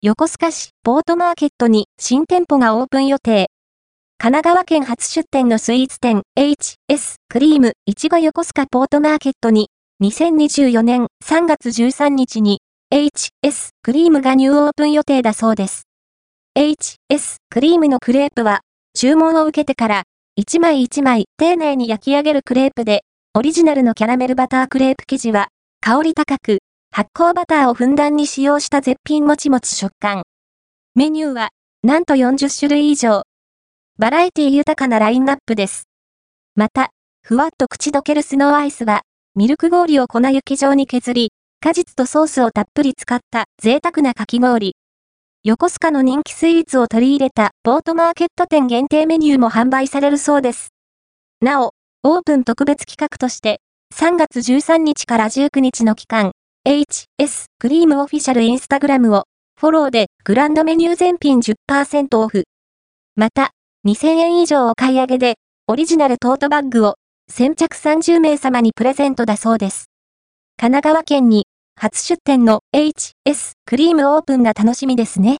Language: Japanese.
横須賀市ポートマーケットに新店舗がオープン予定。神奈川県初出店のスイーツ店 HS クリームいちご横須賀ポートマーケットに2024年3月13日に HS クリームがニューオープン予定だそうです。HS クリームのクレープは注文を受けてから一枚一枚丁寧に焼き上げるクレープでオリジナルのキャラメルバタークレープ生地は香り高く発酵バターをふんだんに使用した絶品もちもち食感。メニューはなんと40種類以上。バラエティ豊かなラインナップです。また、ふわっと口どけるスノーアイスは、ミルク氷を粉雪状に削り、果実とソースをたっぷり使った贅沢なかき氷。横須賀の人気スイーツを取り入れたポートマーケット店限定メニューも販売されるそうです。なお、オープン特別企画として、3月13日から19日の期間、HS クリームオフィシャルインスタグラムをフォローでグランドメニュー全品 10% オフ。また、2000円以上お買い上げで、オリジナルトートバッグを先着30名様にプレゼントだそうです。神奈川県に初出店のHS クリームオープンが楽しみですね。